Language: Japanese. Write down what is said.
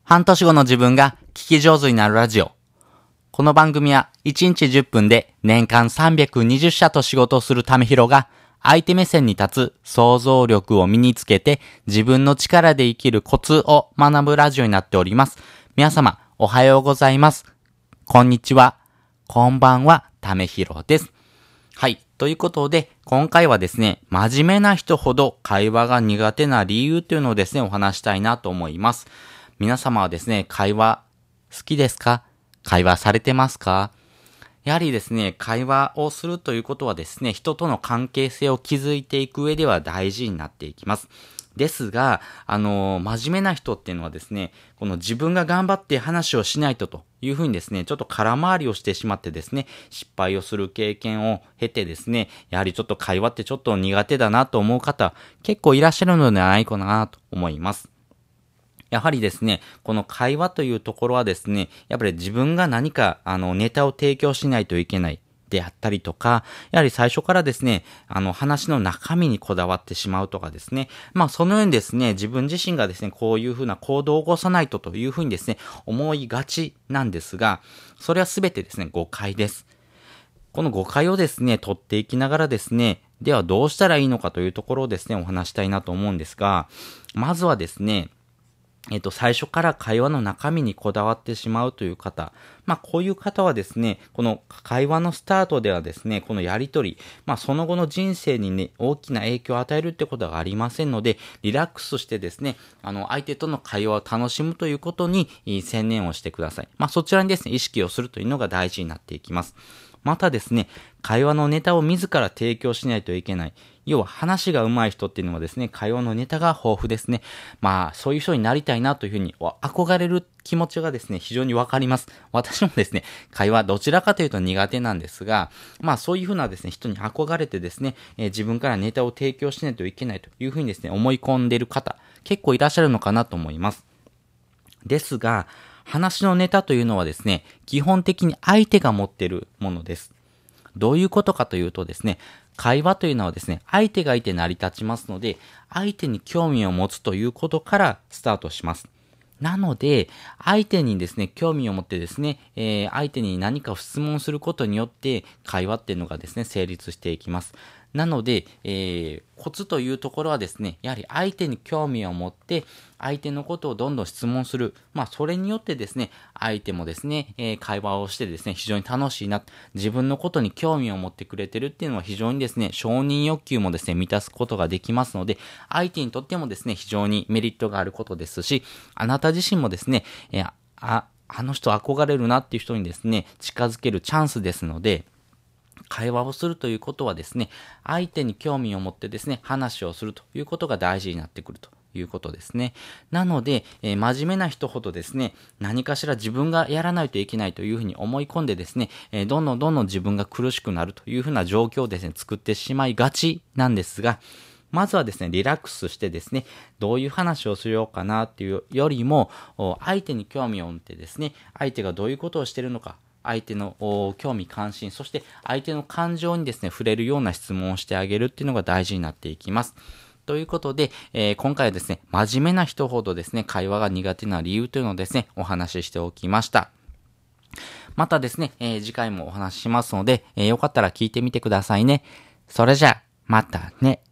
半年後の自分が聞き上手になるラジオ。この番組は1日10分で年間320社と仕事をするためひろが相手目線に立つ想像力を身につけて自分の力で生きるコツを学ぶラジオになっております。皆様おはようございます。こんにちは。こんばんは。ためひろです。はい。ということで、今回はですね、真面目な人ほど会話が苦手な理由というのをですね、お話したいなと思います。皆様はですね、会話好きですか？会話されてますか？やはりですね、会話をするということはですね、人との関係性を築いていく上では大事になっていきます。ですが、真面目な人っていうのはですね、この自分が頑張って話をしないというふうにですね、ちょっと空回りをしてしまってですね、失敗をする経験を経てですね、やはりちょっと会話ってちょっと苦手だなと思う方、結構いらっしゃるのではないかなと思います。やはりですね、この会話というところはですね、やっぱり自分が何かネタを提供しないといけないであったりとか、やはり最初からですね、話の中身にこだわってしまうとかですね、そのようにですね、自分自身がですね、こういうふうな行動を起こさないというふうにですね、思いがちなんですが、それはすべてですね、誤解です。この誤解をですね、取っていきながらですね、ではどうしたらいいのかというところをですね、お話したいなと思うんですが、まずはですね、最初から会話の中身にこだわってしまうという方。こういう方はですね、この会話のスタートではですね、このやりとり、その後の人生にね、大きな影響を与えるってことがありませんので、リラックスしてですね、相手との会話を楽しむということに専念をしてください。そちらにですね、意識をするというのが大事になっていきます。またですね、会話のネタを自ら提供しないといけない。要は話が上手い人っていうのはですね、会話のネタが豊富ですね。そういう人になりたいなというふうに憧れる気持ちがですね、非常にわかります。私もですね、会話どちらかというと苦手なんですが、そういうふうなですね、人に憧れてですね、自分からネタを提供しないといけないというふうにですね、思い込んでいる方、結構いらっしゃるのかなと思います。ですが、話のネタというのはですね、基本的に相手が持っているものです。どういうことかというとですね、会話というのはですね、相手がいて成り立ちますので、相手に興味を持つということからスタートします。なので、相手にですね、興味を持ってですね、相手に何か質問することによって、会話っていうのがですね、成立していきます。なので、コツというところはですね、やはり相手に興味を持って、相手のことをどんどん質問する。それによってですね、相手もですね、会話をしてですね、非常に楽しいな。自分のことに興味を持ってくれてるっていうのは非常にですね、承認欲求もですね、満たすことができますので、相手にとってもですね、非常にメリットがあることですし、あなた自身もですね、あの人憧れるなっていう人にですね、近づけるチャンスですので、会話をするということはですね、相手に興味を持ってですね、話をするということが大事になってくるということですね。なので、真面目な人ほどですね、何かしら自分がやらないといけないというふうに思い込んでですね、どんどん自分が苦しくなるというふうな状況をですね、作ってしまいがちなんですが、まずはですね、リラックスしてですね、どういう話をしようかなっていうよりも、相手に興味を持ってですね、相手がどういうことをしているのか、相手の興味関心、そして相手の感情にですね、触れるような質問をしてあげるっていうのが大事になっていきます。ということで、今回はですね、真面目な人ほどですね、会話が苦手な理由というのをですね、お話ししておきました。またですね、次回もお話ししますので、よかったら聞いてみてくださいね。それじゃあ、またね。